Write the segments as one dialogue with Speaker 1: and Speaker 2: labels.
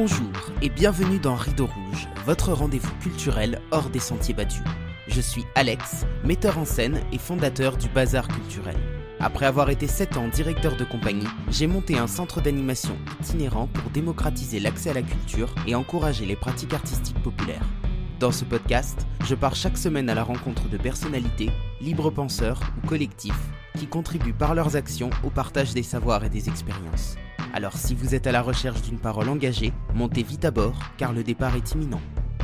Speaker 1: Bonjour et bienvenue dans Rideau Rouge, votre rendez-vous culturel hors des sentiers battus. Je suis Alex, metteur en scène et fondateur du Bazar Culturel. Après avoir été 7 ans directeur de compagnie, j'ai monté un centre d'animation itinérant pour démocratiser l'accès à la culture et encourager les pratiques artistiques populaires. Dans ce podcast, je pars chaque semaine à la rencontre de personnalités, libres penseurs ou collectifs qui contribuent par leurs actions au partage des savoirs et des expériences. Alors si vous êtes à la recherche d'une parole engagée, montez vite à bord car le départ est imminent.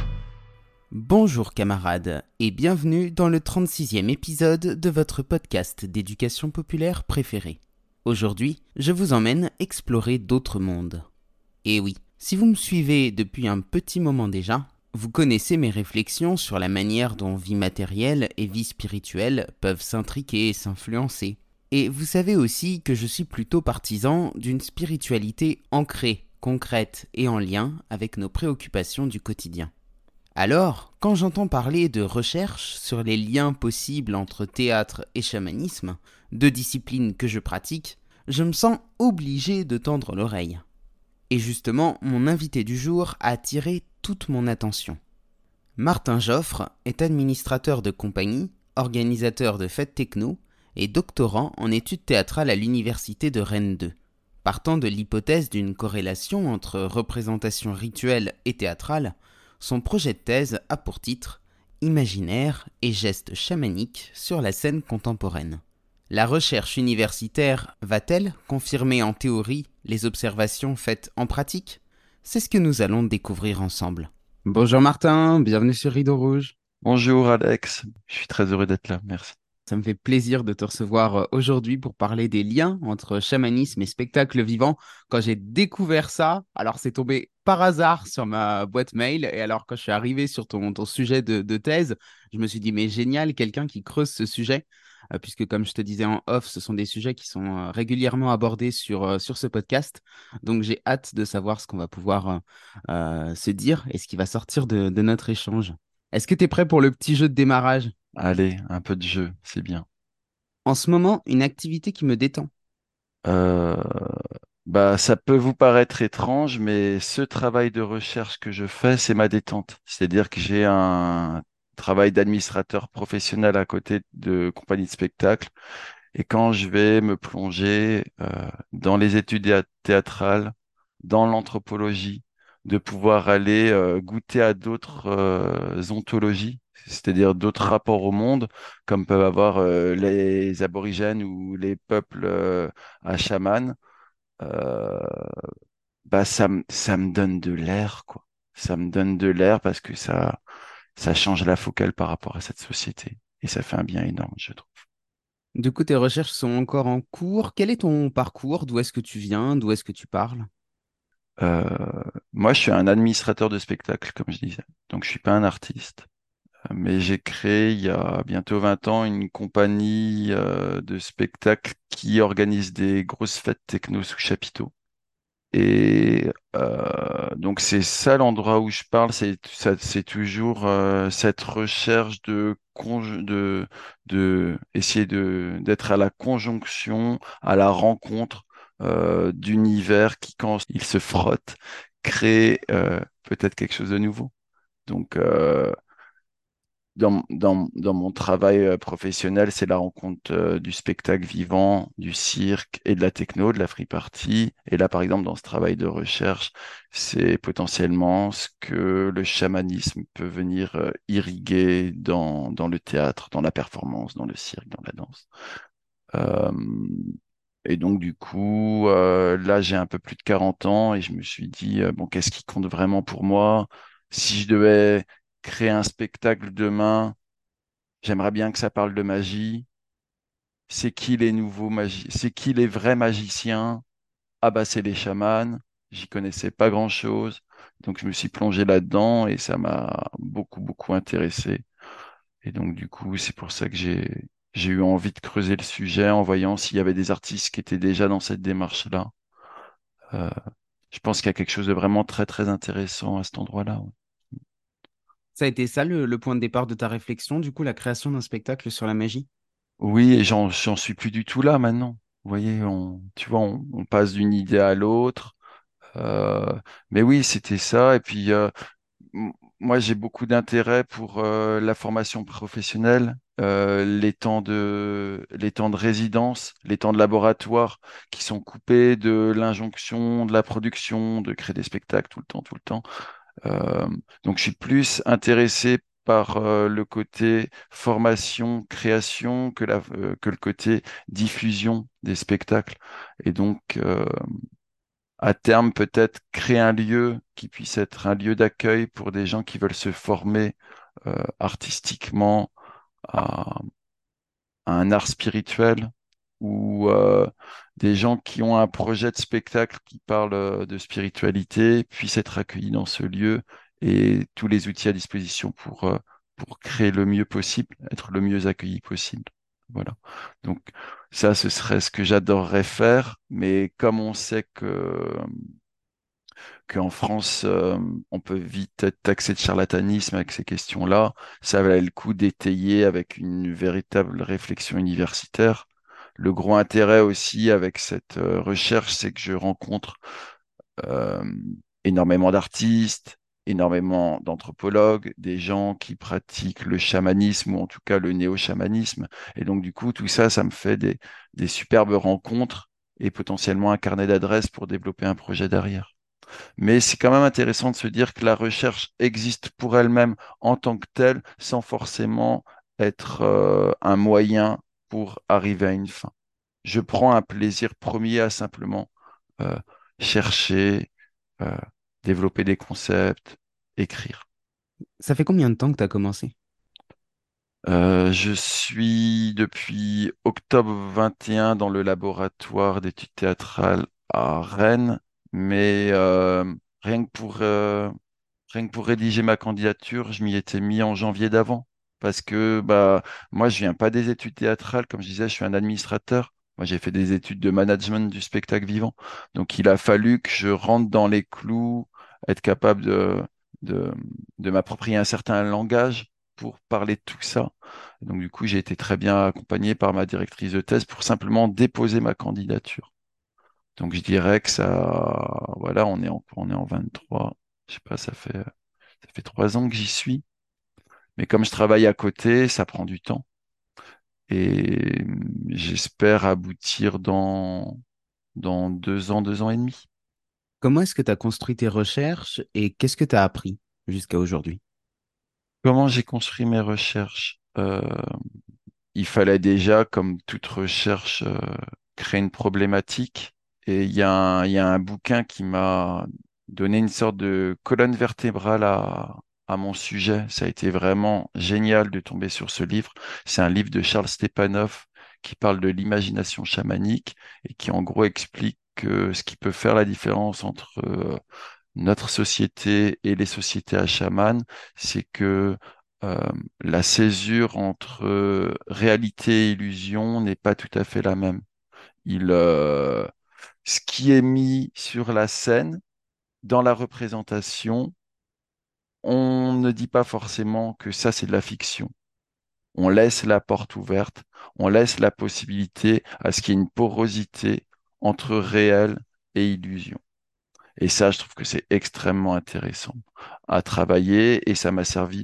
Speaker 1: Bonjour camarades et bienvenue dans le 36e épisode de votre podcast d'éducation populaire préféré. Aujourd'hui, je vous emmène explorer d'autres mondes. Et oui, si vous me suivez depuis un petit moment déjà, vous connaissez mes réflexions sur la manière dont vie matérielle et vie spirituelle peuvent s'intriquer et s'influencer. Et vous savez aussi que je suis plutôt partisan d'une spiritualité ancrée, concrète et en lien avec nos préoccupations du quotidien. Alors, quand j'entends parler de recherche sur les liens possibles entre théâtre et chamanisme, deux disciplines que je pratique, je me sens obligé de tendre l'oreille. Et justement, mon invité du jour a attiré toute mon attention. Martin Joffre est administrateur de compagnie, organisateur de fêtes techno, et doctorant en études théâtrales à l'université de Rennes 2. Partant de l'hypothèse d'une corrélation entre représentation rituelle et théâtrale, son projet de thèse a pour titre « Imaginaire et gestes chamaniques sur la scène contemporaine ». La recherche universitaire va-t-elle confirmer en théorie les observations faites en pratique ? C'est ce que nous allons découvrir ensemble. Bonjour Martin, bienvenue sur Rideau Rouge.
Speaker 2: Bonjour Alex, je suis très heureux d'être là, merci.
Speaker 1: Ça me fait plaisir de te recevoir aujourd'hui pour parler des liens entre chamanisme et spectacle vivant. Quand j'ai découvert ça, alors c'est tombé par hasard sur ma boîte mail. Et alors quand je suis arrivé sur ton sujet de thèse, je me suis dit, mais génial, quelqu'un qui creuse ce sujet. Puisque comme je te disais en off, ce sont des sujets qui sont régulièrement abordés sur ce podcast. Donc j'ai hâte de savoir ce qu'on va pouvoir se dire et ce qui va sortir de notre échange. Est-ce que tu es prêt pour le petit jeu de démarrage ?
Speaker 2: Allez, un peu de jeu, c'est bien.
Speaker 1: En ce moment, une activité qui me détend.
Speaker 2: Euh, Ça peut vous paraître étrange, mais ce travail de recherche que je fais, c'est ma détente. C'est-à-dire que j'ai un travail d'administrateur professionnel à côté de compagnie de spectacle. Et quand je vais me plonger dans les études théâtrales, dans l'anthropologie, de pouvoir aller goûter à d'autres ontologies, c'est-à-dire d'autres rapports au monde, comme peuvent avoir les aborigènes ou les peuples à chaman, euh, ça me donne de l'air, quoi. Ça me donne de l'air parce que ça change la focale par rapport à cette société. Et ça fait un bien énorme, je trouve.
Speaker 1: Du coup, tes recherches sont encore en cours. Quel est ton parcours? D'où est-ce que tu viens? D'où est-ce que tu parles?
Speaker 2: Euh, Moi, je suis un administrateur de spectacle, comme je disais. Donc, je suis pas un artiste. Mais j'ai créé il y a bientôt 20 ans une compagnie de spectacle qui organise des grosses fêtes techno sous chapiteau. Et donc c'est ça l'endroit où je parle, c'est toujours cette recherche de essayer d'être à la conjonction, à la rencontre d'univers qui, quand ils se frottent, créent peut-être quelque chose de nouveau. Donc dans mon travail professionnel, c'est la rencontre du spectacle vivant, du cirque et de la techno, de la free party. Et là, par exemple, dans ce travail de recherche, c'est potentiellement ce que le chamanisme peut venir irriguer dans le théâtre, dans la performance, dans le cirque, dans la danse. Euh, et donc, du coup, là, j'ai un peu plus de 40 ans et je me suis dit, bon, qu'est-ce qui compte vraiment pour moi? Si je devais créer un spectacle demain, j'aimerais bien que ça parle de magie. C'est qui les nouveaux C'est qui les vrais magiciens? Ah bah c'est les chamans. J'y connaissais pas grand-chose. Donc je me suis plongé là-dedans et ça m'a beaucoup intéressé. Et donc du coup, c'est pour ça que j'ai eu envie de creuser le sujet en voyant s'il y avait des artistes qui étaient déjà dans cette démarche-là. Euh, je pense qu'il y a quelque chose de vraiment très intéressant à cet endroit-là. Ouais.
Speaker 1: Ça a été ça le point de départ de ta réflexion, du coup, la création d'un spectacle sur la magie?
Speaker 2: Oui, et j'en suis plus du tout là maintenant. Vous voyez, tu vois, on passe d'une idée à l'autre. Euh, mais oui, c'était ça. Et puis, moi, j'ai beaucoup d'intérêt pour la formation professionnelle, les temps de résidence, les temps de laboratoire qui sont coupés de l'injonction, de la production, de créer des spectacles tout le temps, tout le temps. Euh, donc, je suis plus intéressé par le côté formation, création que le côté diffusion des spectacles. Et donc, à terme, peut-être créer un lieu qui puisse être un lieu d'accueil pour des gens qui veulent se former artistiquement à, à un art spirituel ou des gens qui ont un projet de spectacle qui parle de spiritualité puissent être accueillis dans ce lieu et tous les outils à disposition pour créer le mieux possible, être le mieux accueilli possible. Voilà. Donc ça, ce serait ce que j'adorerais faire, mais comme on sait qu'en France, on peut vite être taxé de charlatanisme avec ces questions-là. Ça valait le coup d'étayer avec une véritable réflexion universitaire. Le gros intérêt aussi avec cette recherche, c'est que je rencontre euh, énormément d'artistes, énormément d'anthropologues, des gens qui pratiquent le chamanisme ou en tout cas le néo-chamanisme. Et donc, du coup, tout ça, ça me fait des superbes rencontres et potentiellement un carnet d'adresses pour développer un projet derrière. Mais c'est quand même intéressant de se dire que la recherche existe pour elle-même en tant que telle, sans forcément être un moyen pour arriver à une fin. Je prends un plaisir premier à simplement euh, chercher, euh, développer des concepts, écrire.
Speaker 1: Ça fait combien de temps que tu as commencé?
Speaker 2: Je suis depuis octobre 21 dans le laboratoire d'études théâtrales à Rennes, mais rien que rien que pour rédiger ma candidature, je m'y étais mis en janvier d'avant. Parce que bah, moi, je viens pas des études théâtrales, comme je disais, je suis un administrateur. Moi, j'ai fait des études de management du spectacle vivant. Donc, il a fallu que je rentre dans les clous, être capable de, de m'approprier un certain langage pour parler de tout ça. Donc, du coup, j'ai été très bien accompagné par ma directrice de thèse pour simplement déposer ma candidature. Donc, je dirais que ça, voilà, on est en 23. Je sais pas, ça fait 3 ans que j'y suis. Mais comme je travaille à côté, ça prend du temps. Et j'espère aboutir dans 2 ans, 2 ans et demi.
Speaker 1: Comment est-ce que tu as construit tes recherches et qu'est-ce que tu as appris jusqu'à aujourd'hui?
Speaker 2: Comment j'ai construit mes recherches? Il fallait déjà, comme toute recherche, créer une problématique. Et il y a un bouquin qui m'a donné une sorte de colonne vertébrale à mon sujet. Ça a été vraiment génial de tomber sur ce livre. C'est un livre de Charles Stepanov qui parle de l'imagination chamanique et qui en gros explique que ce qui peut faire la différence entre notre société et les sociétés à chaman, c'est que euh, la césure entre réalité et illusion n'est pas tout à fait la même. Il, ce qui est mis sur la scène, dans la représentation, on ne dit pas forcément que ça, c'est de la fiction. On laisse la porte ouverte, on laisse la possibilité à ce qu'il y ait une porosité entre réel et illusion. Et ça, je trouve que c'est extrêmement intéressant à travailler et ça m'a servi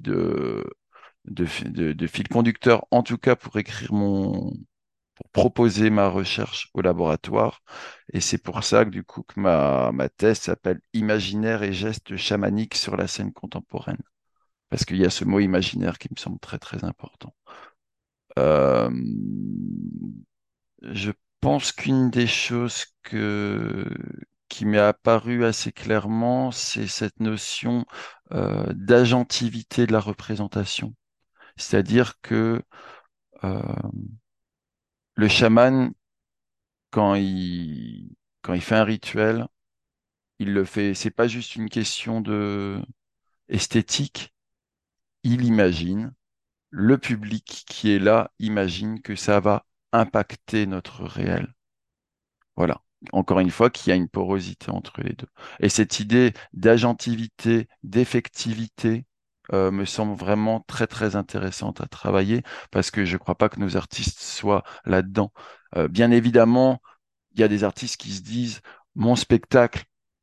Speaker 2: de fil conducteur, en tout cas pour pour proposer ma recherche au laboratoire. Et c'est pour ça que du coup que ma thèse s'appelle Imaginaire et gestes chamaniques sur la scène contemporaine. Parce qu'il y a ce mot imaginaire qui me semble très très important. Euh, je pense qu'une des choses qui m'est apparue assez clairement, c'est cette notion d'agentivité de la représentation. C'est-à-dire que euh, le chaman, quand quand il fait un rituel, il le fait, c'est pas juste une question de esthétique, il imagine, le public qui est là imagine que ça va impacter notre réel. Voilà. Encore une fois, qu'il y a une porosité entre les deux. Et cette idée d'agentivité, d'effectivité, me semble vraiment très, très intéressante à travailler parce que je ne crois pas que nos artistes soient là-dedans. Bien évidemment, il y a des artistes qui se disent, mon spectacle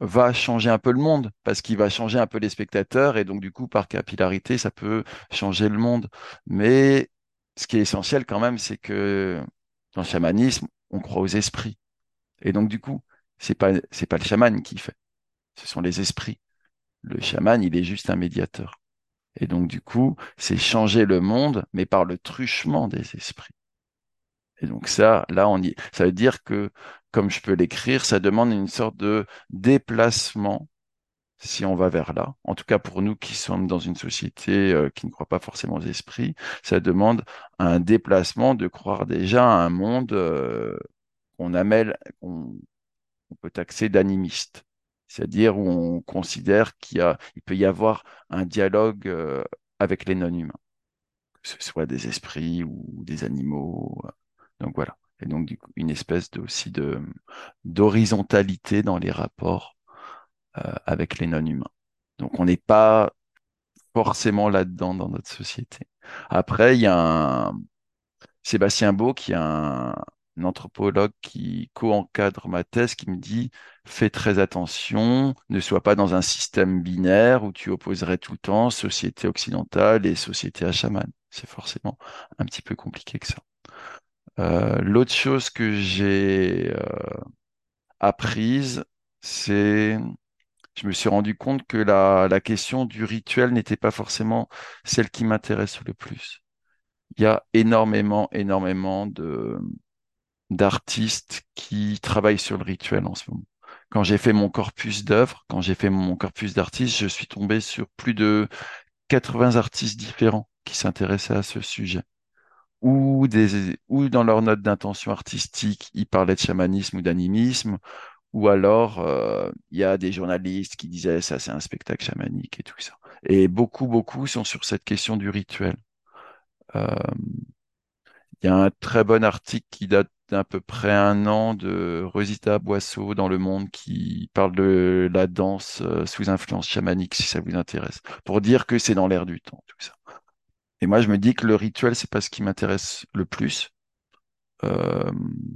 Speaker 2: va changer un peu le monde, parce qu'il va changer un peu les spectateurs, et donc du coup, par capillarité, ça peut changer le monde. Mais ce qui est essentiel quand même, c'est que dans le chamanisme, on croit aux esprits. Et donc du coup, c'est pas le chaman qui fait, ce sont les esprits. Le chaman, il est juste un médiateur. Et donc du coup, c'est changer le monde, mais par le truchement des esprits. Et donc ça, là, ça veut dire que, comme je peux l'écrire, ça demande une sorte de déplacement si on va vers là. En tout cas, pour nous qui sommes dans une société qui ne croit pas forcément aux esprits, ça demande un déplacement de croire déjà à un monde qu'on amène, qu'on peut taxer d'animiste. C'est-à-dire où on considère il peut y avoir un dialogue avec les non-humains, que ce soit des esprits ou des animaux. Donc voilà. Et donc, du coup, une espèce aussi d'horizontalité dans les rapports avec les non-humains. Donc, on n'est pas forcément là-dedans dans notre société. Après, il y a Sébastien Beau, qui est un anthropologue qui co-encadre ma thèse, qui me dit, fais très attention, ne sois pas dans un système binaire où tu opposerais tout le temps société occidentale et société à chaman. C'est forcément un petit peu compliqué que ça. L'autre chose que j'ai apprise, c'est, je me suis rendu compte que la question du rituel n'était pas forcément celle qui m'intéresse le plus. Il y a énormément d'artistes qui travaillent sur le rituel en ce moment. Quand j'ai fait mon corpus d'œuvres, quand j'ai fait mon corpus d'artistes, je suis tombé sur plus de 80 artistes différents qui s'intéressaient à ce sujet. Ou dans leurs notes d'intention artistique, ils parlaient de chamanisme ou d'animisme, ou alors il y a des journalistes qui disaient ça, c'est un spectacle chamanique et tout ça. Et beaucoup sont sur cette question du rituel. Euh, Il y a un très bon article qui date d'à peu près un an de Rosita Boisseau dans Le Monde qui parle de la danse sous influence chamanique, si ça vous intéresse, pour dire que c'est dans l'air du temps, tout ça. Et moi, je me dis que le rituel, c'est pas ce qui m'intéresse le plus. Euh,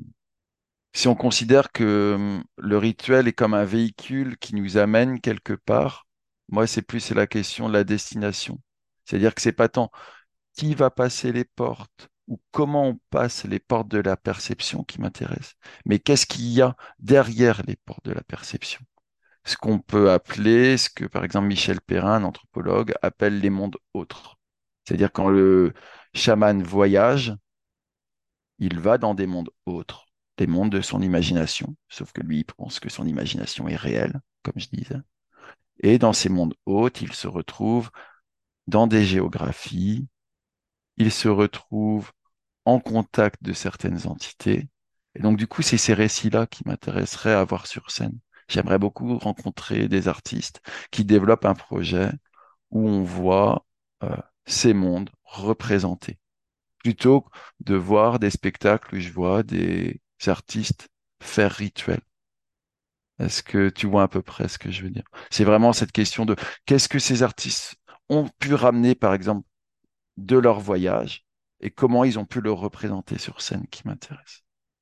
Speaker 2: Si on considère que le rituel est comme un véhicule qui nous amène quelque part, moi, c'est la question de la destination. C'est-à-dire que c'est pas tant qui va passer les portes ou comment on passe les portes de la perception qui m'intéresse, mais qu'est-ce qu'il y a derrière les portes de la perception? Ce qu'on peut appeler, ce que par exemple Michel Perrin, un anthropologue, appelle les mondes autres. C'est-à-dire quand le chaman voyage, il va dans des mondes autres, des mondes de son imagination, sauf que lui, il pense que son imagination est réelle, comme je disais. Et dans ces mondes autres, il se retrouve dans des géographies, il se retrouve en contact de certaines entités. Et donc, du coup, c'est ces récits-là qui m'intéresseraient à voir sur scène. J'aimerais beaucoup rencontrer des artistes qui développent un projet où on voit euh, ces mondes représentés, plutôt que de voir des spectacles où je vois des artistes faire rituel. Est-ce que tu vois à peu près ce que je veux dire? C'est vraiment cette question de qu'est-ce que ces artistes ont pu ramener, par exemple, de leur voyage et comment ils ont pu le représenter sur scène qui m'intéresse.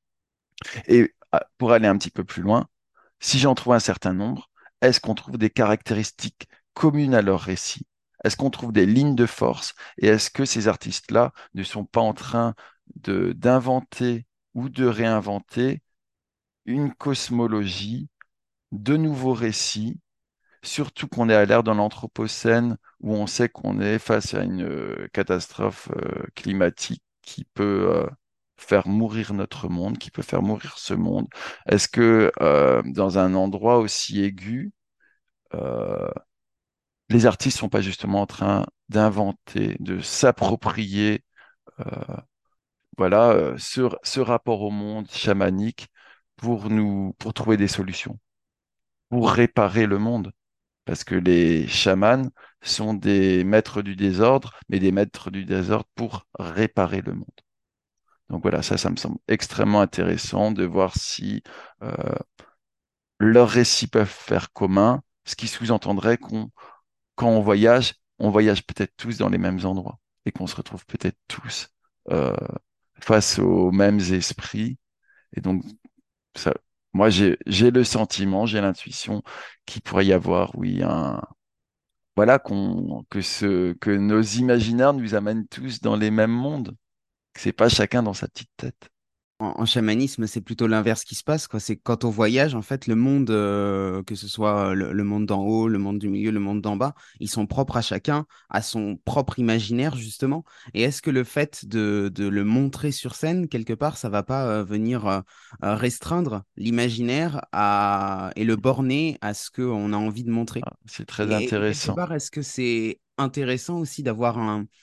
Speaker 2: Et pour aller un petit peu plus loin, si j'en trouve un certain nombre, est-ce qu'on trouve des caractéristiques communes à leur récit? Est-ce qu'on trouve des lignes de force? Et est-ce que ces artistes-là ne sont pas en train d'inventer ou de réinventer une cosmologie, de nouveaux récits, surtout qu'on est à l'ère dans l'Anthropocène où on sait qu'on est face à une catastrophe climatique qui peut faire mourir notre monde, qui peut faire mourir ce monde. Est-ce que dans un endroit aussi aigu, euh, les artistes sont pas justement en train d'inventer, de s'approprier, euh, voilà, ce rapport au monde chamanique pour trouver des solutions, pour réparer le monde? Parce que les chamans sont des maîtres du désordre, mais des maîtres du désordre pour réparer le monde. Donc voilà, ça me semble extrêmement intéressant de voir si euh, leurs récits peuvent faire commun, ce qui sous-entendrait quand on voyage peut-être tous dans les mêmes endroits et qu'on se retrouve peut-être tous euh, face aux mêmes esprits. Et donc, ça, Moi, j'ai le sentiment, j'ai l'intuition qu'il pourrait y avoir, oui, voilà, que nos imaginaires nous amènent tous dans les mêmes mondes, que c'est pas chacun dans sa petite tête.
Speaker 1: En chamanisme, c'est plutôt l'inverse qui se passe, quoi. C'est quand on voyage, en fait, le monde, que ce soit le monde d'en haut, le monde du milieu, le monde d'en bas, ils sont propres à chacun, à son propre imaginaire, justement. Et est-ce que le fait de le montrer sur scène, quelque part, ça va pas venir restreindre l'imaginaire et le borner à ce qu'on a envie de montrer?
Speaker 2: C'est très
Speaker 1: Et quelque
Speaker 2: intéressant.
Speaker 1: part, est-ce que c'est intéressant aussi d'avoir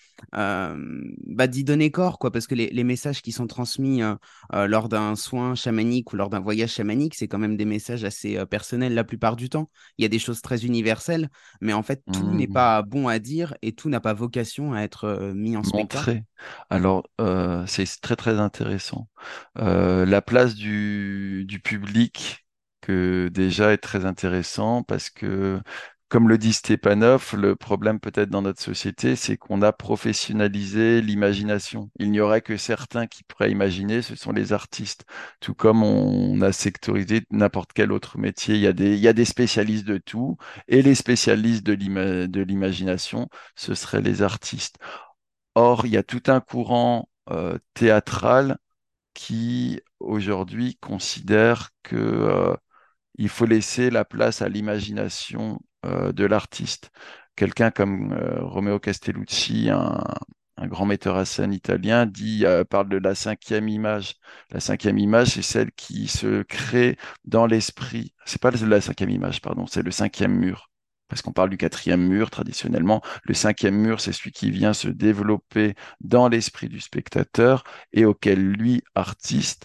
Speaker 1: d'y donner corps, quoi, parce que les messages qui sont transmis lors d'un soin chamanique ou lors d'un voyage chamanique, c'est quand même des messages assez personnels la plupart du temps. Il y a des choses très universelles, mais en fait, tout n'est
Speaker 2: Hmm.
Speaker 1: pas bon à dire et tout n'a pas vocation à être mis en spectacle.
Speaker 2: Montrer. Alors, c'est très très intéressant. La place du public, que déjà est très intéressant parce que, comme le dit Stepanov, le problème peut-être dans notre société, c'est qu'on a professionnalisé l'imagination. Il n'y aurait que certains qui pourraient imaginer, ce sont les artistes. Tout comme on a sectorisé n'importe quel autre métier, il y a des spécialistes de tout, et les spécialistes de l'imagination, ce seraient les artistes. Or, il y a tout un courant théâtral qui, aujourd'hui, considère que, il faut laisser la place à l'imagination de l'artiste. Quelqu'un comme Romeo Castellucci, un grand metteur à scène italien, parle de la cinquième image. La cinquième image, c'est celle qui se crée dans l'esprit. C'est pas la cinquième image, pardon, c'est le cinquième mur. Parce qu'on parle du quatrième mur traditionnellement. Le cinquième mur, c'est celui qui vient se développer dans l'esprit du spectateur et auquel lui, artiste,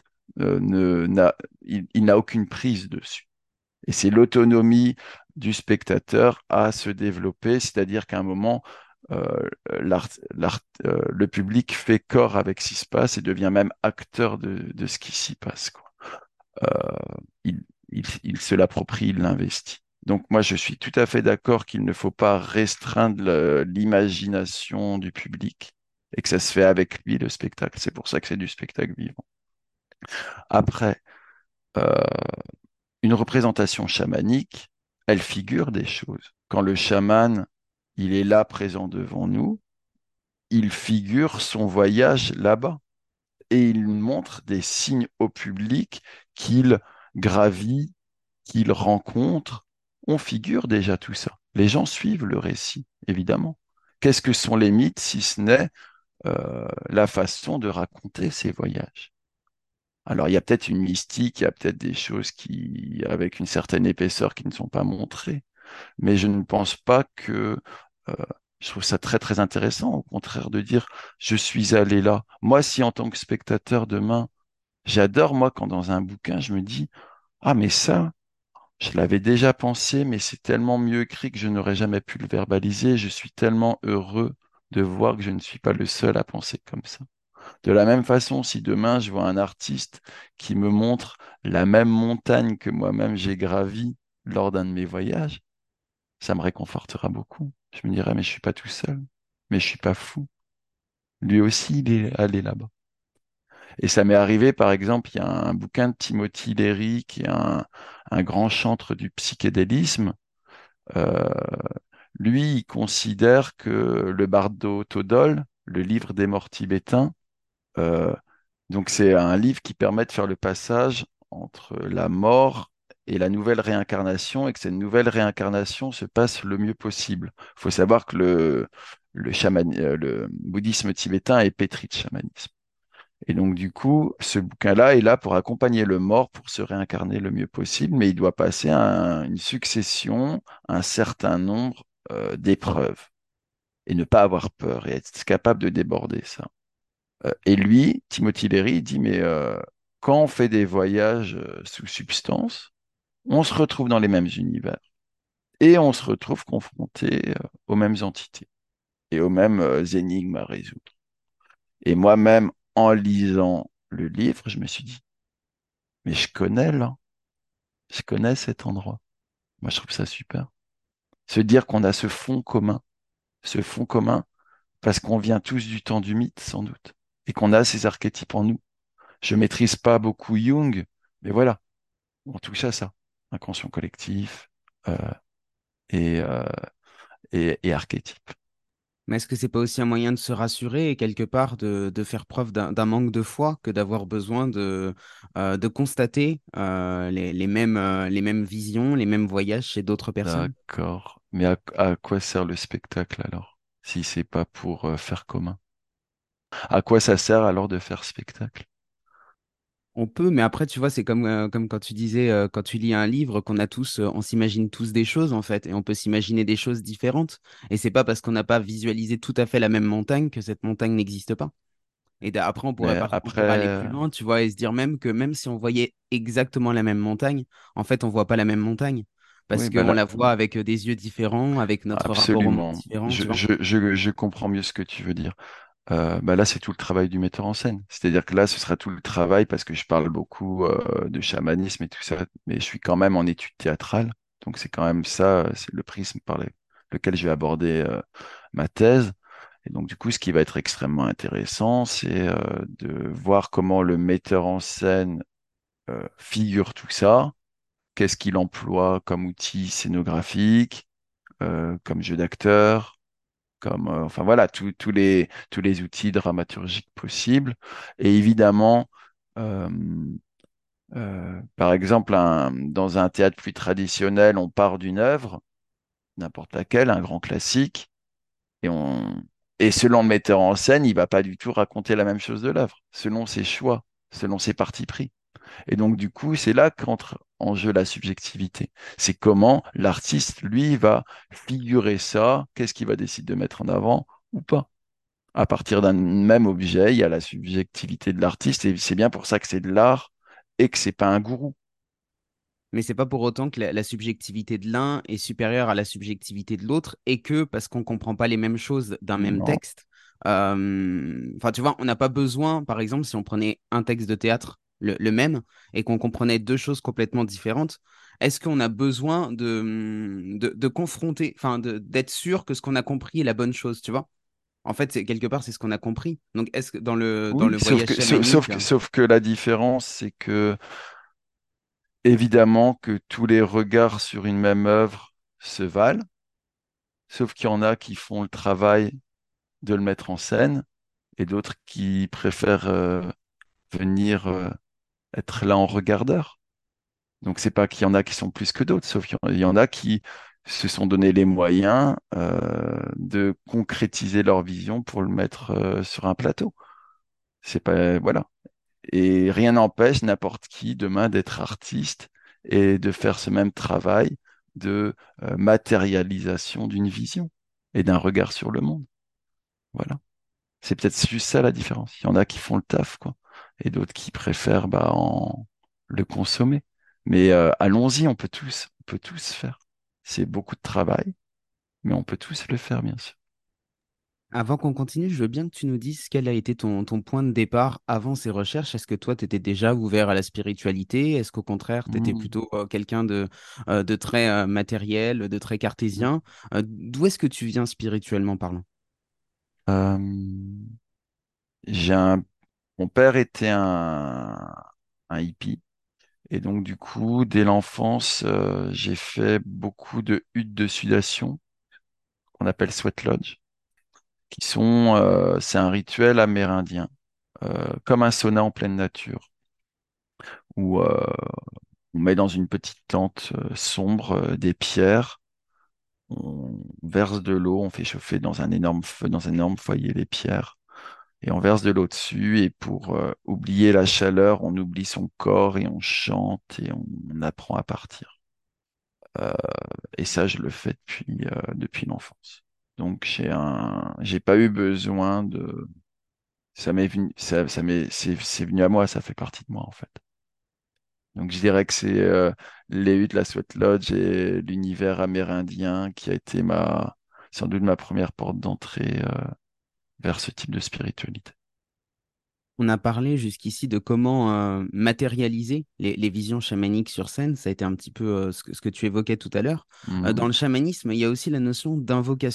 Speaker 2: il n'a aucune prise dessus. Et c'est l'autonomie du spectateur à se développer, c'est-à-dire qu'à un moment, le public fait corps avec ce qui se passe et devient même acteur de ce qui s'y passe, quoi. Il, il se l'approprie, il l'investit. Donc moi, je suis tout à fait d'accord qu'il ne faut pas restreindre l'imagination du public et que ça se fait avec lui, le spectacle. C'est pour ça que c'est du spectacle vivant. Après, euh, une représentation chamanique, elle figure des choses. Quand le chaman, il est là présent devant nous, il figure son voyage là-bas et il montre des signes au public qu'il gravit, qu'il rencontre. On figure déjà tout ça. Les gens suivent le récit, évidemment. Qu'est-ce que sont les mythes si ce n'est la façon de raconter ces voyages? Alors, il y a peut-être une mystique, il y a peut-être des choses avec une certaine épaisseur qui ne sont pas montrées, mais je ne pense pas que, euh, je trouve ça très, très intéressant, au contraire, de dire, je suis allé là. Moi, si en tant que spectateur demain, j'adore, moi, quand dans un bouquin, je me dis, ah, mais ça, je l'avais déjà pensé, mais c'est tellement mieux écrit que je n'aurais jamais pu le verbaliser. Je suis tellement heureux de voir que je ne suis pas le seul à penser comme ça. De la même façon, si demain je vois un artiste qui me montre la même montagne que moi-même j'ai gravie lors d'un de mes voyages, ça me réconfortera beaucoup. Je me dirais, mais je suis pas tout seul, mais je suis pas fou. Lui aussi, il est allé là-bas. Et ça m'est arrivé, par exemple, il y a un bouquin de Timothy Leary, qui est un grand chantre du psychédélisme. Euh, Lui, il considère que le Bardo Todol, le livre des morts tibétains, euh, donc c'est un livre qui permet de faire le passage entre la mort et la nouvelle réincarnation et que cette nouvelle réincarnation se passe le mieux possible. Il faut savoir que le bouddhisme tibétain est pétri de chamanisme. Et donc du coup, ce bouquin-là est là pour accompagner le mort pour se réincarner le mieux possible, mais il doit passer une succession, un certain nombre d'épreuves et ne pas avoir peur et être capable de déborder ça. Et lui, Timothy Leary, il dit, mais quand on fait des voyages sous substance, on se retrouve dans les mêmes univers et on se retrouve confronté aux mêmes entités et aux mêmes énigmes à résoudre. Et moi-même, en lisant le livre, je me suis dit, mais je connais là, je connais cet endroit. Moi, je trouve ça super. Se dire qu'on a ce fond commun, parce qu'on vient tous du temps du mythe, sans doute, et qu'on a ces archétypes en nous. Je maîtrise pas beaucoup Jung, mais voilà, On touche à ça, inconscient collectif euh, et, euh, et archétype.
Speaker 1: Mais est-ce que c'est pas aussi un moyen de se rassurer et quelque part de faire preuve d'un manque de foi que d'avoir besoin de constater les mêmes visions, les mêmes voyages chez d'autres personnes?
Speaker 2: D'accord. Mais à quoi sert le spectacle alors, si c'est pas pour faire commun? À quoi ça sert alors de faire spectacle?
Speaker 1: On peut, mais après, tu vois, c'est comme quand tu disais, quand tu lis un livre, qu'on a tous, on s'imagine tous des choses, en fait, et on peut s'imaginer des choses différentes. Et c'est pas parce qu'on n'a pas visualisé tout à fait la même montagne que cette montagne n'existe pas. Et après,
Speaker 2: Mais
Speaker 1: on pourrait aller plus
Speaker 2: après,
Speaker 1: loin, tu vois, et se dire même que même si on voyait exactement la même montagne, en fait, on voit pas la même montagne. Parce
Speaker 2: oui, bah
Speaker 1: qu'on
Speaker 2: là,
Speaker 1: la voit avec des yeux différents, avec notre rapport au monde
Speaker 2: absolument.
Speaker 1: différent, tu vois.
Speaker 2: Je comprends mieux ce que tu veux dire. Bah là, c'est tout le travail du metteur en scène. C'est-à-dire que là, ce sera tout le travail parce que je parle beaucoup de chamanisme et tout ça, mais je suis quand même en études théâtrales. Donc c'est quand même ça, c'est le prisme lequel je vais aborder ma thèse. Et donc du coup, ce qui va être extrêmement intéressant, c'est de voir comment le metteur en scène figure tout ça, qu'est-ce qu'il emploie comme outil scénographique, comme jeu d'acteur comme enfin voilà tous les outils dramaturgiques possibles et évidemment euh, par exemple dans un théâtre plus traditionnel on part d'une œuvre n'importe laquelle un grand classique et on et selon le metteur en scène il va pas du tout raconter la même chose de l'œuvre selon ses choix selon ses partis pris et donc du coup c'est là qu'entre en jeu la subjectivité c'est comment l'artiste lui va figurer ça qu'est-ce qu'il va décider de mettre en avant ou pas à partir d'un même objet, il y a la subjectivité de l'artiste et c'est bien pour ça que c'est de l'art et que c'est pas un gourou.
Speaker 1: Mais c'est pas pour autant que la subjectivité de l'un est supérieure à la subjectivité de l'autre et que parce qu'on comprend pas les mêmes choses d'un même
Speaker 2: Non.
Speaker 1: texte. Enfin, tu vois, on n'a pas besoin, par exemple, si on prenait un texte de théâtre, le même, et qu'on comprenait deux choses complètement différentes, est-ce qu'on a besoin de confronter, enfin, d'être sûr que ce qu'on a compris est la bonne chose, tu vois? En fait, quelque part, c'est ce qu'on a compris. Donc, est-ce que dans
Speaker 2: Oui,
Speaker 1: le voyage chamanique,
Speaker 2: sauf que la différence, c'est que évidemment que tous les regards sur une même œuvre se valent, sauf qu'il y en a qui font le travail de le mettre en scène et d'autres qui préfèrent venir être là en regardeur. Donc c'est pas qu'il y en a qui sont plus que d'autres, sauf qu'il y en a qui se sont donné les moyens de concrétiser leur vision pour le mettre sur un plateau. C'est pas voilà. Et rien n'empêche n'importe qui demain d'être artiste et de faire ce même travail de matérialisation d'une vision et d'un regard sur le monde. Voilà. C'est peut-être juste ça la différence. Il y en a qui font le taf, quoi, et d'autres qui préfèrent le consommer. Mais allons-y, on peut tous faire. C'est beaucoup de travail, mais on peut tous le faire, bien sûr.
Speaker 1: avant qu'on continue, je veux bien que tu nous dises quel a été ton point de départ avant ces recherches. Est-ce que toi, tu étais déjà ouvert à la spiritualité? Est-ce qu'au contraire, tu étais
Speaker 2: Mmh.
Speaker 1: plutôt quelqu'un de très matériel, de très cartésien? D'où est-ce que tu viens spirituellement parlant?
Speaker 2: Euh, j'ai un... Mon père était un hippie, et donc du coup, dès l'enfance, j'ai fait beaucoup de huttes de sudation, qu'on appelle sweat lodge, c'est un rituel amérindien, comme un sauna en pleine nature où on met dans une petite tente sombre des pierres, on verse de l'eau, on fait chauffer dans un énorme feu, dans un énorme foyer les pierres, et on verse de l'eau dessus, et pour oublier la chaleur, on oublie son corps et on chante et on apprend à partir. Euh, et ça, je le fais depuis l'enfance. Donc j'ai pas eu besoin de, ça m'est venu, c'est venu à moi, ça fait partie de moi en fait. Donc je dirais que c'est les huttes, la Sweat Lodge et l'univers amérindien qui a été sans doute ma première porte d'entrée vers ce type de spiritualité.
Speaker 1: On a parlé jusqu'ici de comment matérialiser les visions chamaniques sur scène. Ça a été un petit peu ce que tu évoquais tout à l'heure. Dans
Speaker 2: Mhm.
Speaker 1: le chamanisme, il y a aussi la notion d'invocation.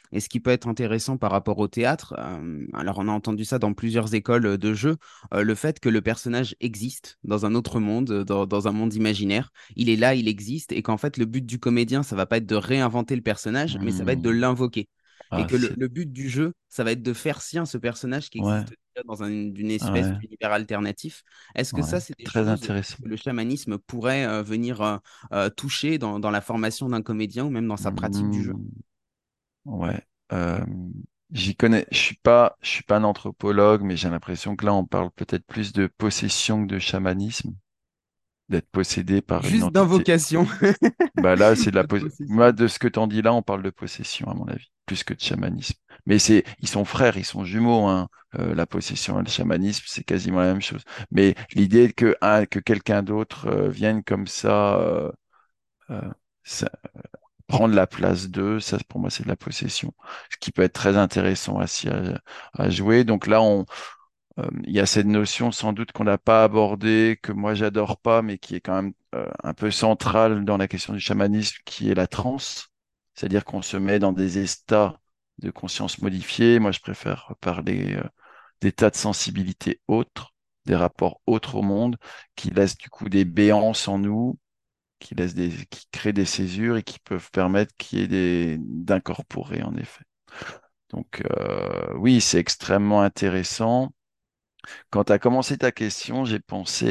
Speaker 1: Et ce qui peut être intéressant par rapport au théâtre, alors on a entendu ça dans plusieurs écoles de jeu, le fait que le personnage existe dans un autre monde, dans un monde imaginaire, il est là, il existe, et qu'en fait le but du comédien, ça va pas être de réinventer le personnage, mais ça va être de
Speaker 2: Hmm.
Speaker 1: l'invoquer. Et
Speaker 2: Ah,
Speaker 1: que
Speaker 2: c'est...
Speaker 1: le but du jeu, ça va être de faire sien ce personnage qui
Speaker 2: Ouais,
Speaker 1: existe déjà dans une espèce
Speaker 2: ouais,
Speaker 1: d'univers alternatif. Est-ce que
Speaker 2: ouais.
Speaker 1: ça, c'est des
Speaker 2: Très
Speaker 1: choses
Speaker 2: intéressant.
Speaker 1: que le chamanisme pourrait venir toucher dans la formation d'un comédien ou même dans sa pratique du jeu?
Speaker 2: Hmm. Ouais. Euh, j'y connais. Je suis pas un anthropologue, mais j'ai l'impression que là, on parle peut-être plus de possession que de chamanisme, d'être possédé par une
Speaker 1: Juste
Speaker 2: entité.
Speaker 1: d'invocation.
Speaker 2: Bah là, c'est de la
Speaker 1: Pas de
Speaker 2: moi,
Speaker 1: possession.
Speaker 2: de ce que t'en dis là, on parle de possession, à mon avis, plus que de chamanisme. Mais ils sont frères, ils sont jumeaux, hein. La possession et le chamanisme, c'est quasiment la même chose. Mais l'idée que quelqu'un d'autre vienne comme euh, ça, prendre la place d'eux, ça, pour moi, c'est de la possession. Ce qui peut être très intéressant aussi à jouer. Donc là, il y a cette notion sans doute qu'on n'a pas abordée, que moi j'adore pas, mais qui est quand même un peu centrale dans la question du chamanisme, qui est la transe. C'est-à-dire qu'on se met dans des états de conscience modifiés. Moi, je préfère parler d'états de sensibilité autres, des rapports autres au monde, qui laissent du coup des béances en nous, qui créent des césures et qui peuvent permettre qu'il y ait d'incorporer, en effet. Donc, oui, c'est extrêmement intéressant. Quand tu as commencé ta question, j'ai pensé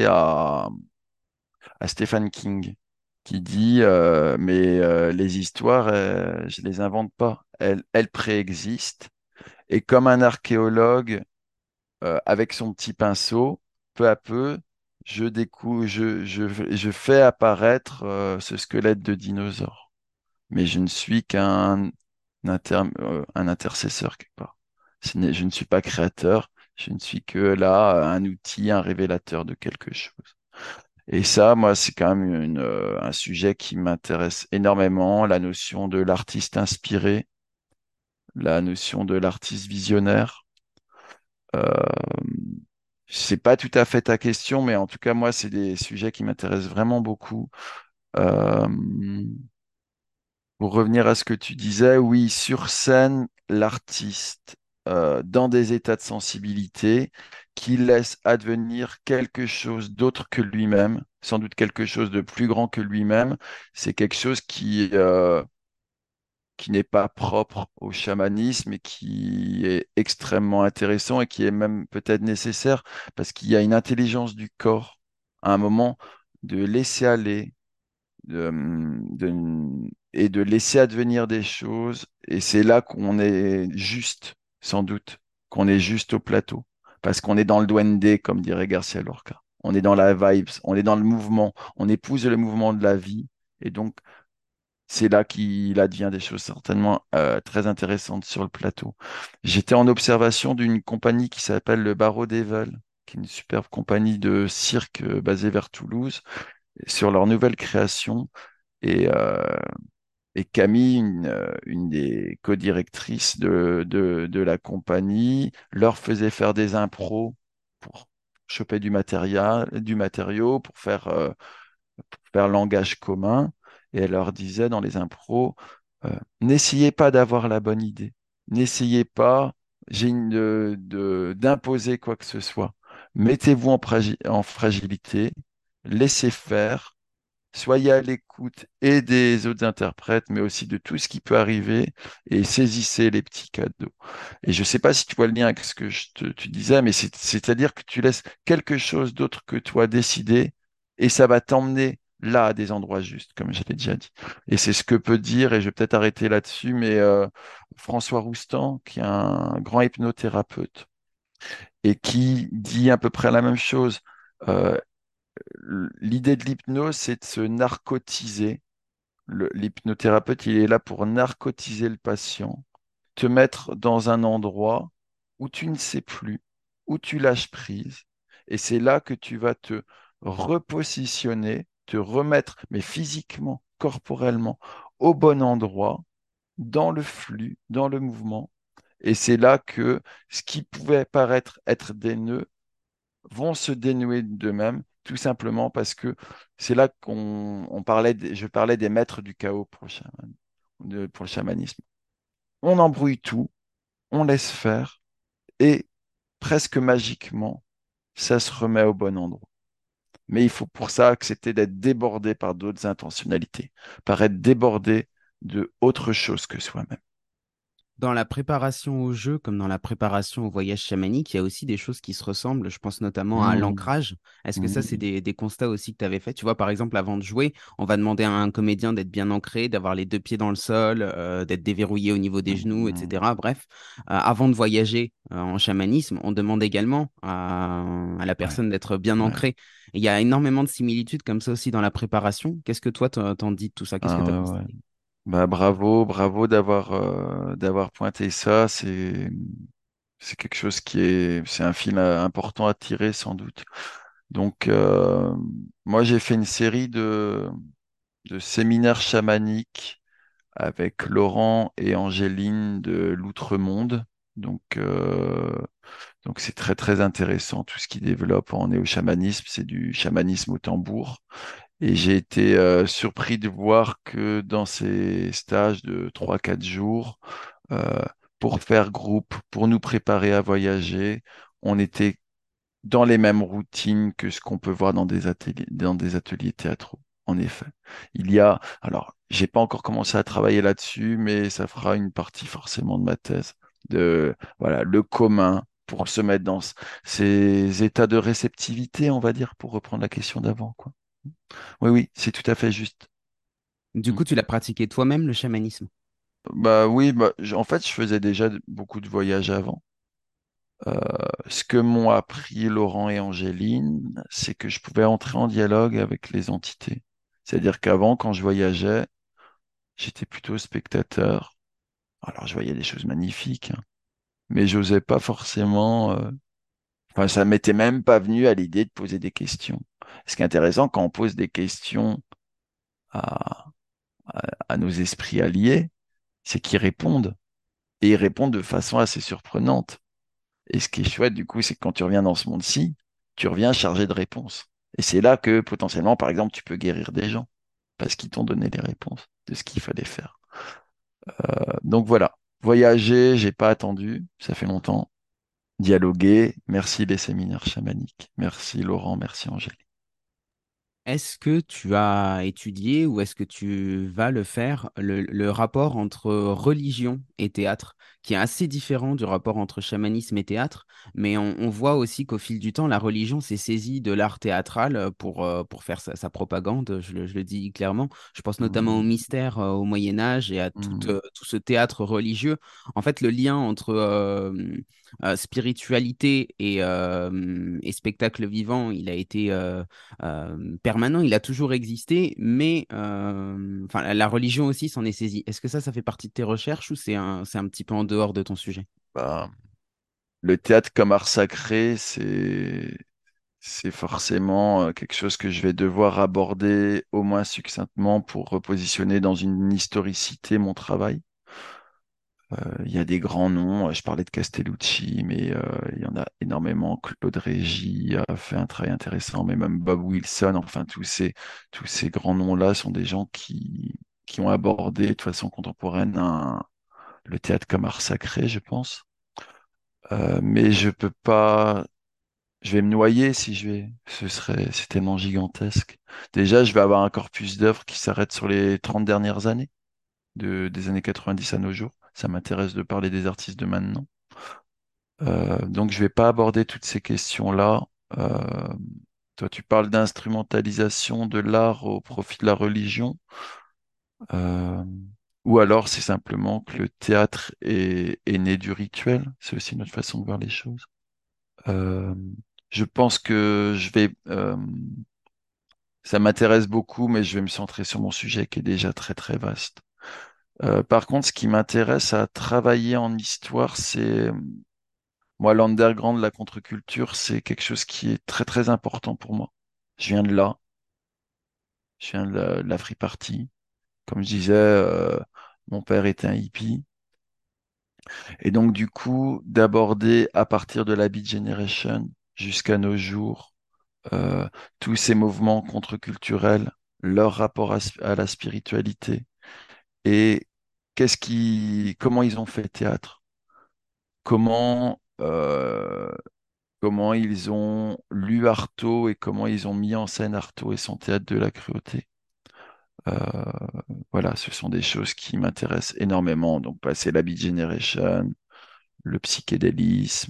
Speaker 2: à Stephen King qui dit mais les histoires, je les invente pas. Elles préexistent. Et comme un archéologue, avec son petit pinceau, peu à peu, je fais apparaître ce squelette de dinosaure. Mais je ne suis un intercesseur quelque part. Je ne suis pas créateur, je ne suis que là un outil, un révélateur de quelque chose. Et ça, moi, c'est quand même un sujet qui m'intéresse énormément, la notion de l'artiste inspiré, la notion de l'artiste visionnaire. Euh, c'est pas tout à fait ta question, mais en tout cas, moi, c'est des sujets qui m'intéressent vraiment beaucoup. Euh, Pour revenir à ce que tu disais, oui, sur scène, l'artiste, dans des états de sensibilité, qui laisse advenir quelque chose d'autre que lui-même, sans doute quelque chose de plus grand que lui-même, c'est quelque chose qui n'est pas propre au chamanisme et qui est extrêmement intéressant et qui est même peut-être nécessaire parce qu'il y a une intelligence du corps à un moment de laisser aller de, et de laisser advenir des choses. Et c'est là qu'on est juste, sans doute, qu'on est juste au plateau. Parce qu'on est dans le duende, comme dirait Garcia Lorca. On est dans la vibes, on est dans le mouvement, on épouse le mouvement de la vie. Et donc, c'est là qu'il advient des choses certainement très intéressantes sur le plateau. J'étais en observation d'une compagnie qui s'appelle le Barreau d'Evel, qui est une superbe compagnie de cirque basée vers Toulouse, sur leur nouvelle création. Et, euh, et Camille, une des co-directrices de la compagnie, leur faisait faire des impros pour choper du matériau, pour faire langage commun. Et elle leur disait dans les impros, n'essayez pas d'avoir la bonne idée. N'essayez pas d'imposer quoi que ce soit. Mettez-vous en fragilité, laissez faire. Soyez à l'écoute et des autres interprètes, mais aussi de tout ce qui peut arriver et saisissez les petits cadeaux. Et je ne sais pas si tu vois le lien avec ce que tu disais, mais c'est-à-dire que tu laisses quelque chose d'autre que toi décider et ça va t'emmener là à des endroits justes, comme je l'ai déjà dit. Et c'est ce que peut dire, et je vais peut-être arrêter là-dessus, mais François Roustan, qui est un grand hypnothérapeute et qui dit à peu près la même chose. Euh, L'idée de l'hypnose, c'est de se narcotiser. L'hypnothérapeute, il est là pour narcotiser le patient, te mettre dans un endroit où tu ne sais plus, où tu lâches prise. Et c'est là que tu vas te repositionner, te remettre, mais physiquement, corporellement, au bon endroit, dans le flux, dans le mouvement. Et c'est là que ce qui pouvait paraître être des nœuds vont se dénouer d'eux-mêmes, tout simplement parce que c'est là je parlais des maîtres du chaos pour le chamanisme. on embrouille tout, on laisse faire, et presque magiquement, ça se remet au bon endroit. Mais il faut pour ça accepter d'être débordé par d'autres intentionnalités, par être débordé de autre chose que soi-même.
Speaker 1: Dans la préparation au jeu, comme dans la préparation au voyage chamanique, il y a aussi des choses qui se ressemblent. Je pense notamment à
Speaker 2: Mmh,
Speaker 1: l'ancrage. Est-ce que ça, c'est
Speaker 2: mmh,
Speaker 1: des constats aussi que tu avais fait? Tu vois, par exemple, avant de jouer, on va demander à un comédien d'être bien ancré, d'avoir les deux pieds dans le sol, d'être déverrouillé au niveau des genoux,
Speaker 2: mmh.
Speaker 1: etc. Bref, avant de voyager en chamanisme, on demande également à la
Speaker 2: Ouais,
Speaker 1: personne d'être bien
Speaker 2: ouais.
Speaker 1: ancrée. Et il y a énormément de similitudes comme ça aussi dans la préparation. Qu'est-ce que toi, t'en dis de tout ça? Qu'est-ce que
Speaker 2: Ah
Speaker 1: tu as
Speaker 2: ouais, ouais.
Speaker 1: constaté?
Speaker 2: Bah, bravo d'avoir pointé ça. C'est quelque chose c'est un fil important à tirer sans doute. Donc, moi, j'ai fait une série de séminaires chamaniques avec Laurent et Angéline de l'Outremonde. Donc, donc c'est très très intéressant tout ce qu'ils développent en néo-chamanisme. C'est du chamanisme au tambour. Et j'ai été surpris de voir que dans ces stages de 3 4 jours, euh, pour faire groupe, pour nous préparer à voyager, on était dans les mêmes routines que ce qu'on peut voir dans des ateliers théâtraux. En effet, alors, j'ai pas encore commencé à travailler là-dessus, mais ça fera une partie forcément de ma thèse, voilà, le commun pour se mettre dans ces états de réceptivité, on va dire, pour reprendre la question d'avant, quoi. Oui, oui, c'est tout à fait juste.
Speaker 1: Du
Speaker 2: Mm.
Speaker 1: coup, tu l'as pratiqué toi-même, le chamanisme?
Speaker 2: Bah oui, en fait, je faisais déjà beaucoup de voyages avant. Ce que m'ont appris Laurent et Angéline, c'est que je pouvais entrer en dialogue avec les entités. C'est-à-dire qu'avant, quand je voyageais, j'étais plutôt spectateur. Alors, je voyais des choses magnifiques, hein, mais j'osais pas forcément. Enfin, ça m'était même pas venu à l'idée de poser des questions. Ce qui est intéressant, quand on pose des questions à, à nos esprits alliés, c'est qu'ils répondent. Et ils répondent de façon assez surprenante. Et ce qui est chouette, du coup, c'est que quand tu reviens dans ce monde-ci, tu reviens chargé de réponses. Et c'est là que, potentiellement, par exemple, tu peux guérir des gens, parce qu'ils t'ont donné les réponses de ce qu'il fallait faire. Donc voilà. Voyager, j'ai pas attendu, ça fait longtemps. Dialoguer, merci les séminaires chamaniques. Merci Laurent, merci Angélique.
Speaker 1: Est-ce que tu as étudié ou est-ce que tu vas le faire, le rapport entre religion et théâtre, qui est assez différent du rapport entre chamanisme et théâtre, mais on voit aussi qu'au fil du temps, la religion s'est saisie de l'art théâtral pour faire sa propagande, je le dis clairement. Je pense notamment au
Speaker 2: Hmm,
Speaker 1: mystère au Moyen Âge et à
Speaker 2: hmm.
Speaker 1: tout ce théâtre religieux. En fait, le lien entre spiritualité et spectacle vivant, il a été permanent, il a toujours existé, mais enfin, la religion aussi s'en est saisie. Est-ce que ça fait partie de tes recherches ou c'est un petit peu en dehors de ton sujet?
Speaker 2: Bah, le théâtre comme art sacré, c'est forcément quelque chose que je vais devoir aborder au moins succinctement pour repositionner dans une historicité mon travail. Il y a des grands noms, je parlais de Castellucci, mais il y en a énormément. Claude Régis a fait un travail intéressant, mais même Bob Wilson, enfin tous ces grands noms-là sont des gens qui ont abordé de façon contemporaine le théâtre comme art sacré, je pense. Mais je peux pas, je vais me noyer si c'est tellement gigantesque. Déjà, je vais avoir un corpus d'œuvres qui s'arrête sur les 30 dernières années, des années 90 à nos jours. Ça m'intéresse de parler des artistes de maintenant. Donc, je vais pas aborder toutes ces questions-là. Euh, Toi, tu parles d'instrumentalisation de l'art au profit de la religion, euh, ou alors c'est simplement que le théâtre est né du rituel. C'est aussi notre façon de voir les choses. Euh, je pense que ça m'intéresse beaucoup, mais je vais me centrer sur mon sujet qui est déjà très très vaste. Par contre, ce qui m'intéresse à travailler en histoire, c'est moi l'underground, la contre-culture, c'est quelque chose qui est très très important pour moi. Je viens de là, je viens de la free party. Comme je disais, mon père était un hippie, et donc du coup d'aborder à partir de la Beat Generation jusqu'à nos jours euh, tous ces mouvements contre-culturels, leur rapport à la spiritualité et comment ils ont fait théâtre, comment, comment ils ont lu Artaud et comment ils ont mis en scène Artaud et son théâtre de la cruauté. Euh, voilà, ce sont des choses qui m'intéressent énormément. Donc, passer la Beat Generation, le psychédélisme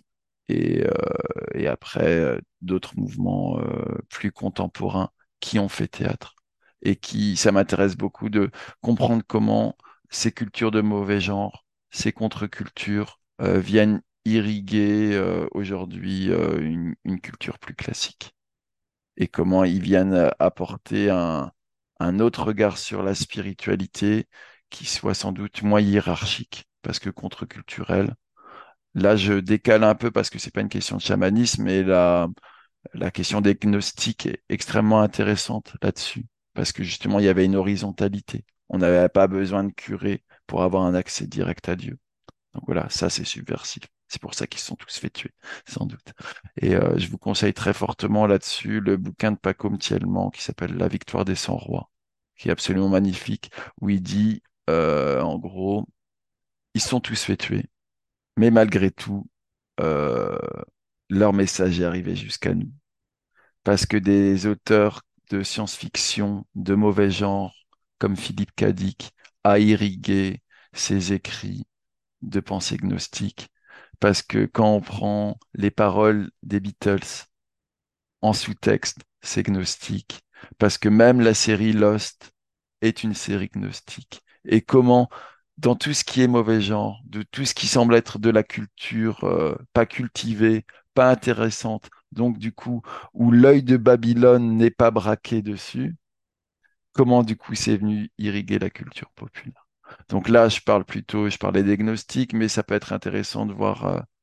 Speaker 2: et après d'autres mouvements plus contemporains qui ont fait théâtre et qui, ça m'intéresse beaucoup de comprendre comment ces cultures de mauvais genre, ces contre-cultures viennent irriguer aujourd'hui une culture plus classique et comment ils viennent apporter un autre regard sur la spiritualité qui soit sans doute moins hiérarchique parce que contre-culturel. Là, je décale un peu parce que c'est pas une question de chamanisme, mais la question des gnostiques est extrêmement intéressante là-dessus, parce que justement, il y avait une horizontalité. On n'avait pas besoin de curé pour avoir un accès direct à Dieu. Donc voilà, ça c'est subversif. C'est pour ça qu'ils se sont tous fait tuer, sans doute. Et je vous conseille très fortement là-dessus le bouquin de Paco Mtielman qui s'appelle La victoire des 100 rois, qui est absolument magnifique, où il dit, en gros, ils se sont tous fait tuer. Mais malgré tout, euh, leur message est arrivé jusqu'à nous. Parce que des auteurs de science-fiction de mauvais genre, comme Philippe Cadic, a irrigué ses écrits de pensée gnostique. Parce que quand on prend les paroles des Beatles en sous-texte, c'est gnostique. Parce que même la série Lost est une série gnostique. Et comment, dans tout ce qui est mauvais genre, de tout ce qui semble être de la culture pas cultivée, pas intéressante, donc du coup, où l'œil de Babylone n'est pas braqué dessus, comment du coup c'est venu irriguer la culture populaire. Donc là, je parlais des gnostiques, mais ça peut être intéressant de voir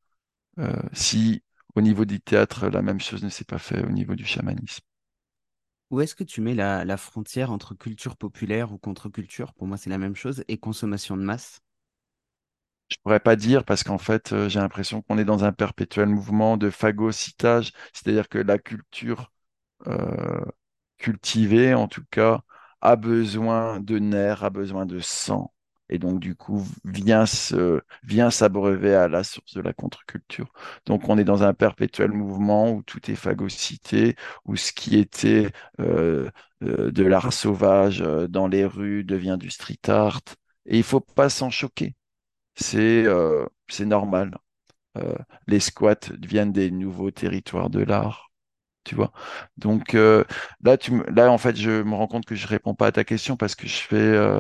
Speaker 2: si au niveau du théâtre, la même chose ne s'est pas fait au niveau du chamanisme.
Speaker 1: Où est-ce que tu mets la frontière entre culture populaire ou contre-culture? Pour moi, c'est la même chose, et consommation de masse.
Speaker 2: Je pourrais pas dire parce qu'en fait, j'ai l'impression qu'on est dans un perpétuel mouvement de phagocytage, c'est-à-dire que la culture euh, cultivée, en tout cas, a besoin de nerfs, a besoin de sang, et donc du coup vient s'abreuver à la source de la contre-culture. Donc on est dans un perpétuel mouvement où tout est phagocyté, où ce qui était euh, de l'art sauvage dans les rues devient du street art, et il faut pas s'en choquer. C'est normal. Euh, les squats deviennent des nouveaux territoires de l'art, tu vois. Donc là, en fait, je me rends compte que je réponds pas à ta question parce que je fais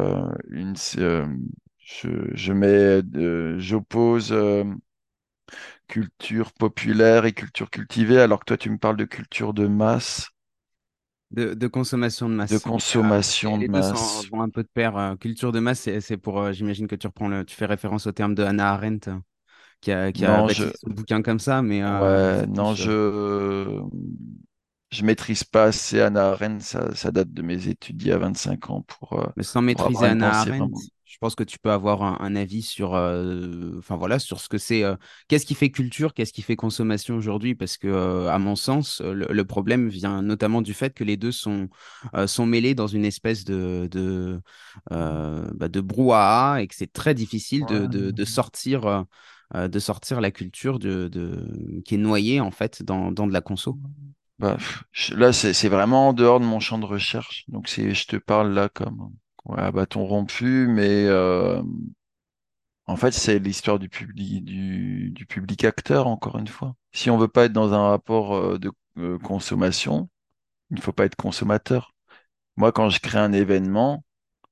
Speaker 2: j'oppose culture populaire et culture cultivée, alors que toi, tu me parles de culture de masse,
Speaker 1: De consommation de
Speaker 2: de
Speaker 1: masse. Mais
Speaker 2: consommation de
Speaker 1: les deux
Speaker 2: masse.
Speaker 1: vont un peu de pair. Culture de masse, c'est pour, j'imagine que tu fais référence au terme de Hannah Arendt, qui a
Speaker 2: Non, je,
Speaker 1: baptisé son bouquin comme ça, mais
Speaker 2: ouais,
Speaker 1: c'est
Speaker 2: non,
Speaker 1: plus.
Speaker 2: je maîtrise pas assez Hannah Arendt, ça date de mes études il y a 25 ans
Speaker 1: Mais sans
Speaker 2: pour avoir
Speaker 1: maîtriser
Speaker 2: une
Speaker 1: Hannah
Speaker 2: pensée
Speaker 1: Arendt,
Speaker 2: vraiment.
Speaker 1: je pense que tu peux avoir un avis sur, enfin voilà, sur ce que c'est. Qu'est-ce qui fait culture, qu'est-ce qui fait consommation aujourd'hui? Parce que, à mon sens, le problème vient notamment du fait que les deux sont mêlés dans une espèce de brouhaha et que c'est très difficile de sortir la culture qui est noyée en fait dans de la conso.
Speaker 2: Bah, là, c'est vraiment en dehors de mon champ de recherche. Donc, je te parle là comme ouais, à bâton rompu, mais en fait, c'est l'histoire du public acteur, encore une fois. Si on veut pas être dans un rapport de consommation, il ne faut pas être consommateur. Moi, quand je crée un événement,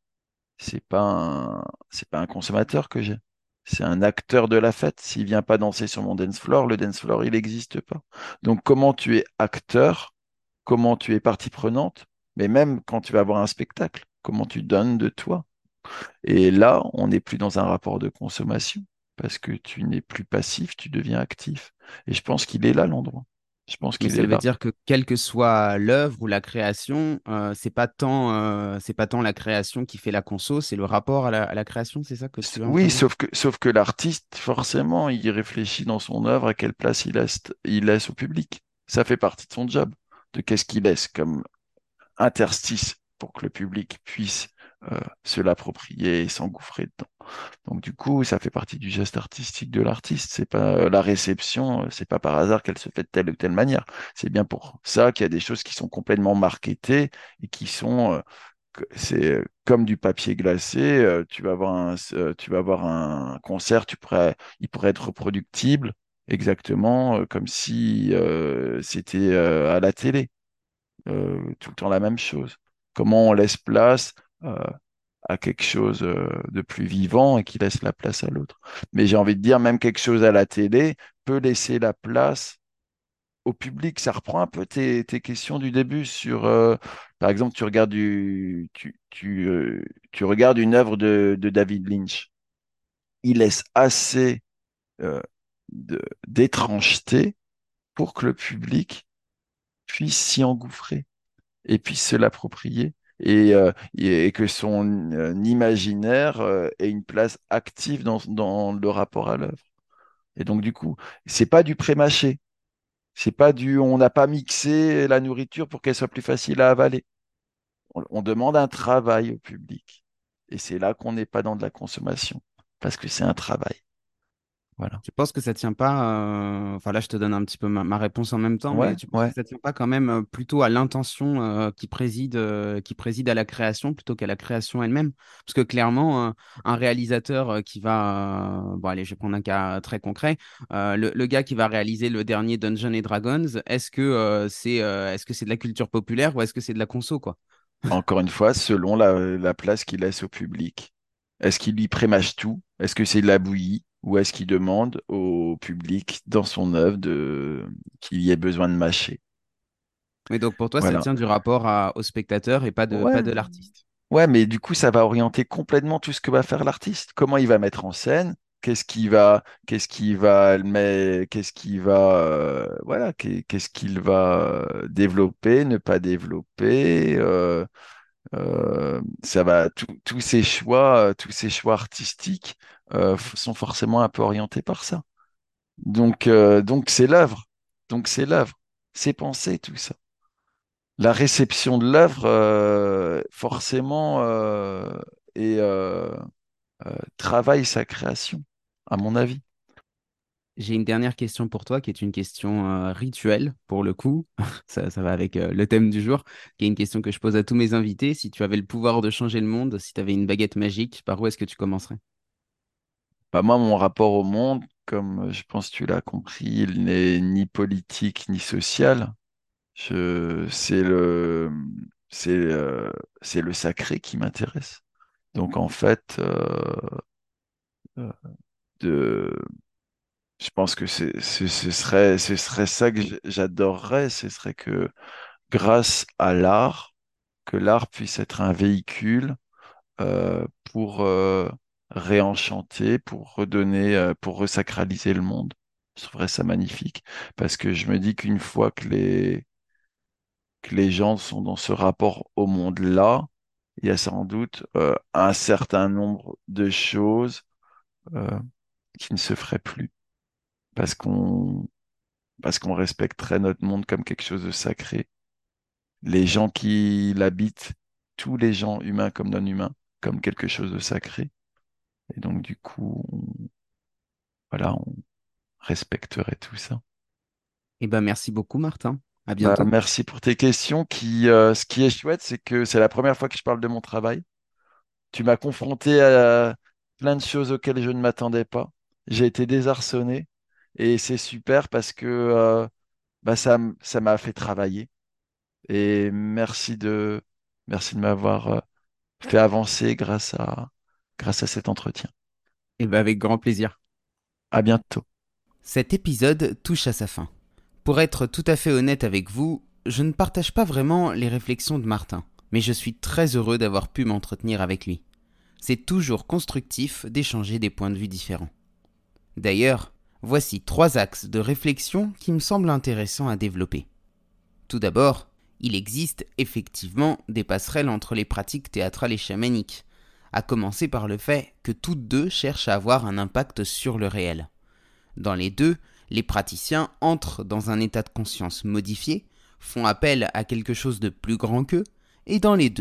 Speaker 2: c'est pas un consommateur que j'ai. C'est un acteur de la fête. S'il vient pas danser sur mon dance floor, le dance floor, il n'existe pas. Donc, comment tu es acteur? Comment tu es partie prenante, mais même quand tu vas voir un spectacle, comment tu donnes de toi. Et là, on n'est plus dans un rapport de consommation, parce que tu n'es plus passif, tu deviens actif. Et je pense qu'il est là l'endroit. Je pense
Speaker 1: Mais
Speaker 2: qu'il
Speaker 1: ça
Speaker 2: est
Speaker 1: veut
Speaker 2: là.
Speaker 1: dire que quelle que soit l'œuvre ou la création, c'est pas tant la création qui fait la conso, c'est le rapport à la création, c'est ça que tu es en train
Speaker 2: Oui,
Speaker 1: de dire?
Speaker 2: sauf que l'artiste, forcément, il réfléchit dans son œuvre à quelle place il laisse au public. Ça fait partie de son job, de qu'est-ce qu'il laisse comme interstice pour que le public puisse se l'approprier et s'engouffrer dedans. Donc du coup, ça fait partie du geste artistique de l'artiste. C'est pas la réception, c'est pas par hasard qu'elle se fait de telle ou telle manière. C'est bien pour ça qu'il y a des choses qui sont complètement marketées et qui sont c'est comme du papier glacé. Tu vas avoir un concert, il pourrait être reproductible exactement comme si c'était à la télé, tout le temps la même chose. Comment on laisse place euh, à quelque chose de plus vivant et qui laisse la place à l'autre. Mais j'ai envie de dire, même quelque chose à la télé peut laisser la place au public. Ça reprend un peu tes questions du début sur, par exemple, tu regardes une œuvre de David Lynch. Il laisse assez euh, d'étrangeté pour que le public puisse s'y engouffrer et puisse se l'approprier et que son imaginaire ait une place active dans le rapport à l'œuvre. Et donc, du coup, c'est pas du pré-mâché. C'est pas on n'a pas mixé la nourriture pour qu'elle soit plus facile à avaler. On demande un travail au public. Et c'est là qu'on n'est pas dans de la consommation, parce que c'est un travail. Voilà.
Speaker 1: Tu penses que ça tient pas, enfin là je te donne un petit peu ma réponse en même temps, mais
Speaker 2: Ouais,
Speaker 1: tu penses que
Speaker 2: ouais.
Speaker 1: ça tient pas quand même plutôt à l'intention qui préside à la création plutôt qu'à la création elle-même? Parce que clairement, un réalisateur qui va, bon allez, je vais prendre un cas très concret, le gars qui va réaliser le dernier Dungeons and Dragons, est-ce que c'est de la culture populaire ou est-ce que c'est de la conso, quoi?
Speaker 2: Encore une fois, selon la place qu'il laisse au public. Est-ce qu'il lui prémâche tout? Est-ce que c'est de la bouillie? Ou est-ce qu'il demande au public dans son œuvre qu'il y ait besoin de mâcher?
Speaker 1: Mais donc pour toi, ça
Speaker 2: Voilà.
Speaker 1: tient du rapport au spectateur et pas
Speaker 2: Ouais,
Speaker 1: de l'artiste.
Speaker 2: ouais, mais du coup, ça va orienter complètement tout ce que va faire l'artiste. Comment il va mettre en scène? Qu'est-ce qu'il va, voilà, qu'est-ce qu'il va développer, ne pas développer. Ça va, tous ces choix artistiques sont forcément un peu orientés par ça. Donc c'est l'œuvre. Donc c'est l'œuvre. C'est penser tout ça. La réception de l'œuvre, forcément, et travaille sa création, à mon avis.
Speaker 1: J'ai une dernière question pour toi qui est une question rituelle pour le coup. Ça va avec le thème du jour, qui est une question que je pose à tous mes invités. Si tu avais le pouvoir de changer le monde, si tu avais une baguette magique, par où est-ce que tu commencerais?
Speaker 2: Bah, moi, mon rapport au monde, comme je pense que tu l'as compris, il n'est ni politique ni social. Je, c'est, c'est le sacré qui m'intéresse. Donc en fait, euh, de, je pense que ce serait ça que j'adorerais, ce serait que grâce à l'art, que l'art puisse être un véhicule pour réenchanter, pour redonner, pour resacraliser le monde. Je trouverais ça magnifique parce que je me dis qu'une fois que les gens sont dans ce rapport au monde-là, il y a sans doute un certain nombre de choses euh, qui ne se feraient plus parce parce qu'on respecterait notre monde comme quelque chose de sacré. Les gens qui l'habitent, tous les gens humains comme non humains, comme quelque chose de sacré. Et donc, du coup, voilà, on respecterait tout ça.
Speaker 1: Eh ben, merci beaucoup, Martin. À
Speaker 2: Bah,
Speaker 1: bientôt.
Speaker 2: merci pour tes questions. Ce qui est chouette, c'est que c'est la première fois que je parle de mon travail. Tu m'as confronté à plein de choses auxquelles je ne m'attendais pas. J'ai été désarçonné et c'est super parce que bah, ça m'a fait travailler. Et merci de m'avoir fait avancer grâce à cet entretien.
Speaker 1: Eh ben, avec grand plaisir.
Speaker 2: À bientôt.
Speaker 1: Cet épisode touche à sa fin. Pour être tout à fait honnête avec vous, je ne partage pas vraiment les réflexions de Martin, mais je suis très heureux d'avoir pu m'entretenir avec lui. C'est toujours constructif d'échanger des points de vue différents. D'ailleurs, voici 3 axes de réflexion qui me semblent intéressants à développer. Tout d'abord, il existe effectivement des passerelles entre les pratiques théâtrales et chamaniques, à commencer par le fait que toutes deux cherchent à avoir un impact sur le réel. Dans les deux, les praticiens entrent dans un état de conscience modifié, font appel à quelque chose de plus grand qu'eux, et dans les deux,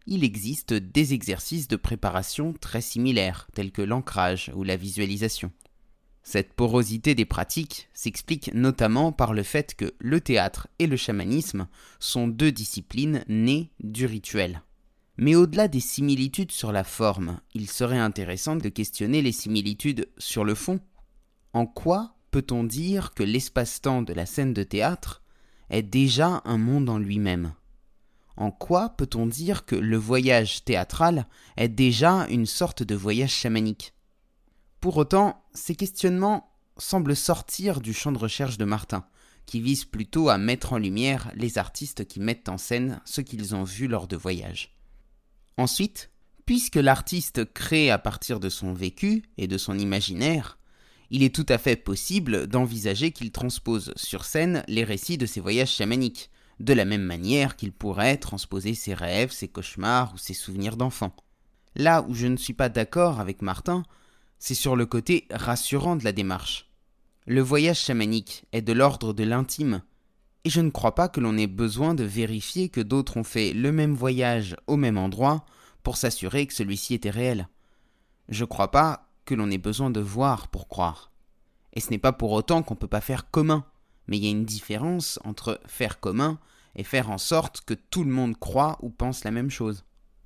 Speaker 1: il existe des exercices de préparation très similaires, tels que l'ancrage ou la visualisation. Cette porosité des pratiques s'explique notamment par le fait que le théâtre et le chamanisme sont deux disciplines nées du rituel. Mais au-delà des similitudes sur la forme, il serait intéressant de questionner les similitudes sur le fond. En quoi peut-on dire que l'espace-temps de la scène de théâtre est déjà un monde en lui-même ? En quoi peut-on dire que le voyage théâtral est déjà une sorte de voyage chamanique ? Pour autant, ces questionnements semblent sortir du champ de recherche de Martin, qui vise plutôt à mettre en lumière les artistes qui mettent en scène ce qu'ils ont vu lors de voyages. Ensuite, puisque l'artiste crée à partir de son vécu et de son imaginaire, il est tout à fait possible d'envisager qu'il transpose sur scène les récits de ses voyages chamaniques, de la même manière qu'il pourrait transposer ses rêves, ses cauchemars ou ses souvenirs d'enfant. Là où je ne suis pas d'accord avec Martin, c'est sur le côté rassurant de la démarche. Le voyage chamanique est de l'ordre de l'intime, et je ne crois pas que l'on ait besoin de vérifier que d'autres ont fait le même voyage au même endroit pour s'assurer que celui-ci était réel. Je ne crois pas que l'on ait besoin de voir pour croire. Et ce n'est pas pour autant qu'on ne peut pas faire commun, mais il y a une différence entre faire commun et faire en sorte que tout le monde croit ou pense la même chose.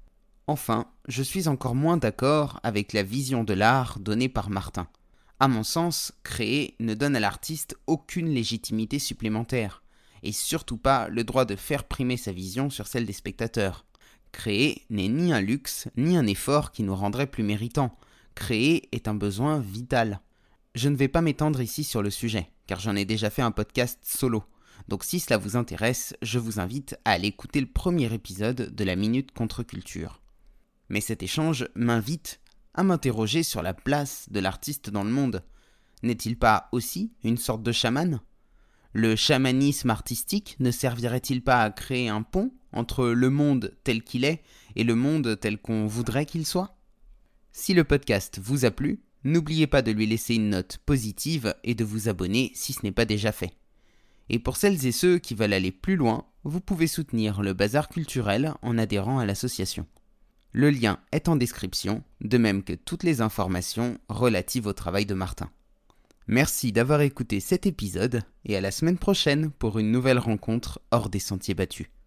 Speaker 1: Enfin, je suis encore moins d'accord avec la vision de l'art donnée par Martin. À mon sens, créer ne donne à l'artiste aucune légitimité supplémentaire, et surtout pas le droit de faire primer sa vision sur celle des spectateurs. Créer n'est ni un luxe, ni un effort qui nous rendrait plus méritants. Créer est un besoin vital. Je ne vais pas m'étendre ici sur le sujet, car j'en ai déjà fait un podcast solo. Donc si cela vous intéresse, je vous invite à aller écouter le premier épisode de la Minute Contre-Culture. Mais cet échange m'invite à m'interroger sur la place de l'artiste dans le monde. N'est-il pas aussi une sorte de chaman ? Le chamanisme artistique ne servirait-il pas à créer un pont entre le monde tel qu'il est et le monde tel qu'on voudrait qu'il soit ? Si le podcast vous a plu, n'oubliez pas de lui laisser une note positive et de vous abonner si ce n'est pas déjà fait. Et pour celles et ceux qui veulent aller plus loin, vous pouvez soutenir le Bazar culturel en adhérant à l'association. Le lien est en description, de même que toutes les informations relatives au travail de Martin. Merci d'avoir écouté cet épisode et à la semaine prochaine pour une nouvelle rencontre hors des sentiers battus.